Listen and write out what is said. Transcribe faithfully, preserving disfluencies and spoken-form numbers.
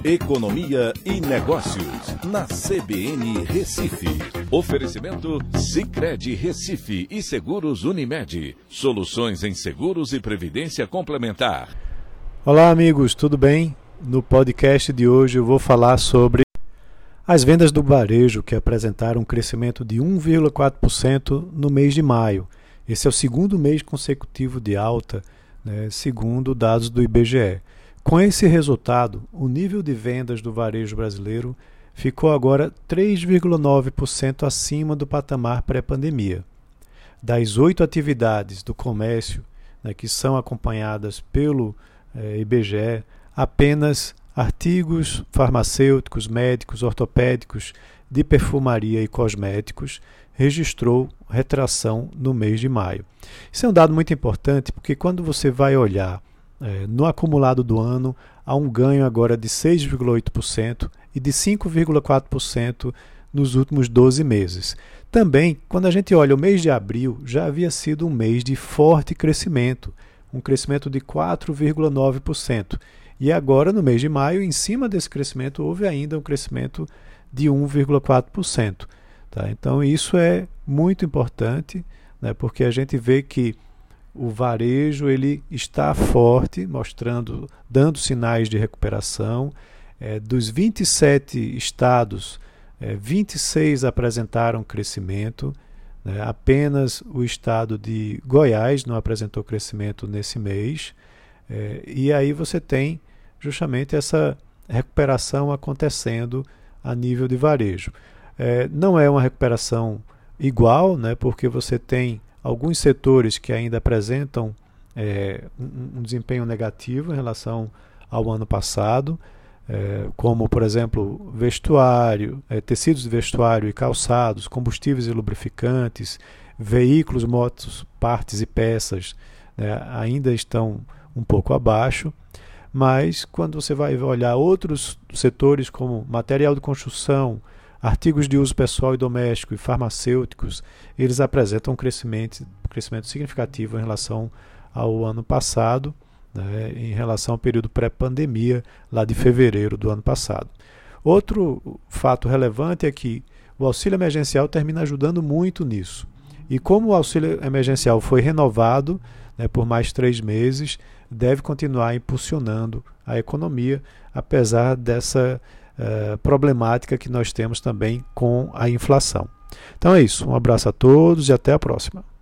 Economia e Negócios, na C B N Recife. Oferecimento Sicredi Recife e Seguros Unimed. Soluções em seguros e previdência complementar. Olá amigos, tudo bem? No podcast de hoje eu vou falar sobre as vendas do varejo, que apresentaram um crescimento de um vírgula quatro por cento no mês de maio. Esse é o segundo mês consecutivo de alta, né, segundo dados do I B G E. Com esse resultado, o nível de vendas do varejo brasileiro ficou agora três vírgula nove por cento acima do patamar pré-pandemia. Das oito atividades do comércio, né, que são acompanhadas pelo eh, I B G E, apenas artigos farmacêuticos, médicos, ortopédicos, de perfumaria e cosméticos registrou retração no mês de maio. Isso é um dado muito importante porque quando você vai olhar É, no acumulado do ano, há um ganho agora de seis vírgula oito por cento e de cinco vírgula quatro por cento nos últimos doze meses. Também, quando a gente olha o mês de abril, já havia sido um mês de forte crescimento, um crescimento de quatro vírgula nove por cento. E agora, no mês de maio, em cima desse crescimento, houve ainda um crescimento de um vírgula quatro por cento. Tá? Então, isso é muito importante, né, porque a gente vê que o varejo ele está forte, mostrando, dando sinais de recuperação. É, dos vinte e sete estados, é, vinte e seis apresentaram crescimento, né? Apenas o estado de Goiás não apresentou crescimento nesse mês. É, e aí você tem justamente essa recuperação acontecendo a nível de varejo. É, não é uma recuperação igual, né? Porque você tem alguns setores que ainda apresentam é, um, um desempenho negativo em relação ao ano passado, é, como, por exemplo, vestuário, é, tecidos de vestuário e calçados, combustíveis e lubrificantes, veículos, motos, partes e peças, né, ainda estão um pouco abaixo, mas quando você vai olhar outros setores como material de construção, artigos de uso pessoal e doméstico e farmacêuticos, eles apresentam um crescimento, um crescimento significativo em relação ao ano passado, né, em relação ao período pré-pandemia, lá de fevereiro do ano passado. Outro fato relevante é que o auxílio emergencial termina ajudando muito nisso. E como o auxílio emergencial foi renovado, né, por mais três meses, deve continuar impulsionando a economia, apesar dessa Uh, problemática que nós temos também com a inflação. Então é isso, um abraço a todos e até a próxima.